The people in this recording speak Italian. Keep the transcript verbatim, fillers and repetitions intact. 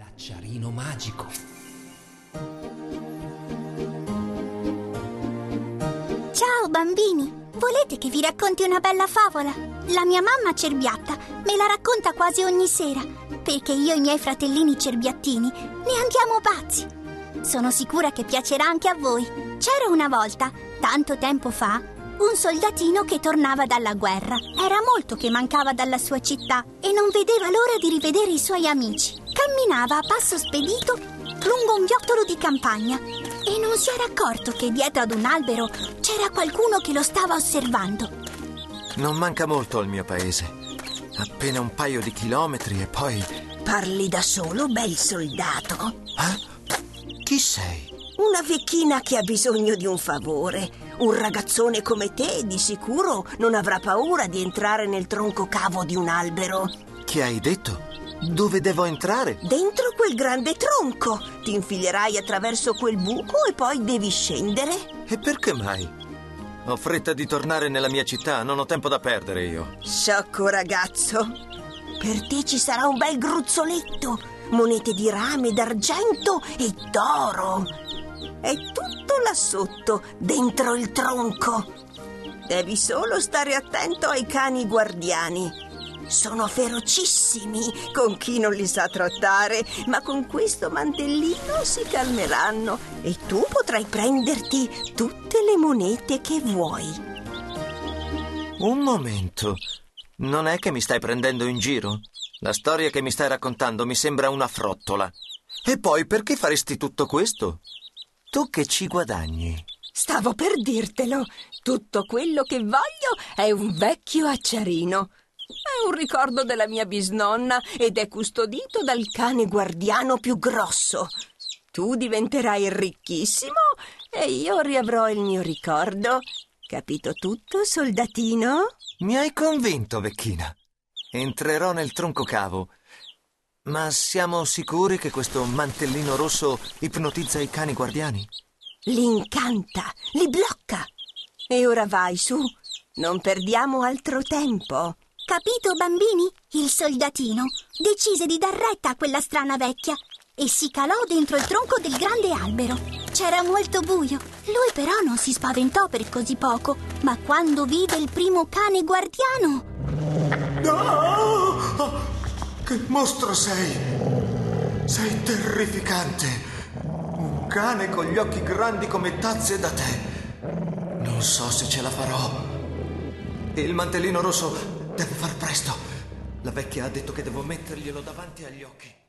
L'acciarino magico. Ciao bambini, volete che vi racconti una bella favola? La mia mamma cerbiatta me la racconta quasi ogni sera, perché io e i miei fratellini cerbiattini ne andiamo pazzi. Sono sicura che piacerà anche a voi. C'era una volta, tanto tempo fa, un soldatino che tornava dalla guerra. Era molto che mancava dalla sua città e non vedeva l'ora di rivedere i suoi amici. Camminava a passo spedito lungo un viottolo di campagna e non si era accorto che dietro ad un albero c'era qualcuno che lo stava osservando. Non manca molto al mio paese. Appena un paio di chilometri e poi... Parli da solo, bel soldato? Eh? Chi sei? Una vecchina che ha bisogno di un favore. Un ragazzone come te di sicuro non avrà paura di entrare nel tronco cavo di un albero. Che hai detto? Dove devo entrare? Dentro quel grande tronco. Ti infilerai attraverso quel buco e poi devi scendere. E perché mai? Ho fretta di tornare nella mia città, non ho tempo da perdere io. Sciocco ragazzo. Per te ci sarà un bel gruzzoletto, monete di rame, d'argento e d'oro. È tutto là sotto, dentro il tronco. Devi solo stare attento ai cani guardiani. Sono ferocissimi con chi non li sa trattare, ma con questo mantellino si calmeranno e tu potrai prenderti tutte le monete che vuoi. Un momento. Non è che mi stai prendendo in giro? La storia che mi stai raccontando mi sembra una frottola. E poi perché faresti tutto questo? Tu che ci guadagni? Stavo per dirtelo. Tutto quello che voglio è un vecchio acciarino. È un ricordo della mia bisnonna ed è custodito dal cane guardiano più grosso. Tu diventerai ricchissimo e io riavrò il mio ricordo. Capito tutto, soldatino? Mi hai convinto, vecchina. Entrerò nel tronco cavo. Ma siamo sicuri che questo mantellino rosso ipnotizza i cani guardiani? Li incanta, li blocca. E ora vai, su. Non perdiamo altro tempo. Capito, bambini? Il soldatino decise di dar retta a quella strana vecchia e si calò dentro il tronco del grande albero. C'era molto buio. Lui però non si spaventò per così poco, ma quando vide il primo cane guardiano... Oh! Che mostro sei! Sei terrificante! Un cane con gli occhi grandi come tazze da tè. Non so se ce la farò. Il mantellino rosso deve far presto. La vecchia ha detto che devo metterglielo davanti agli occhi.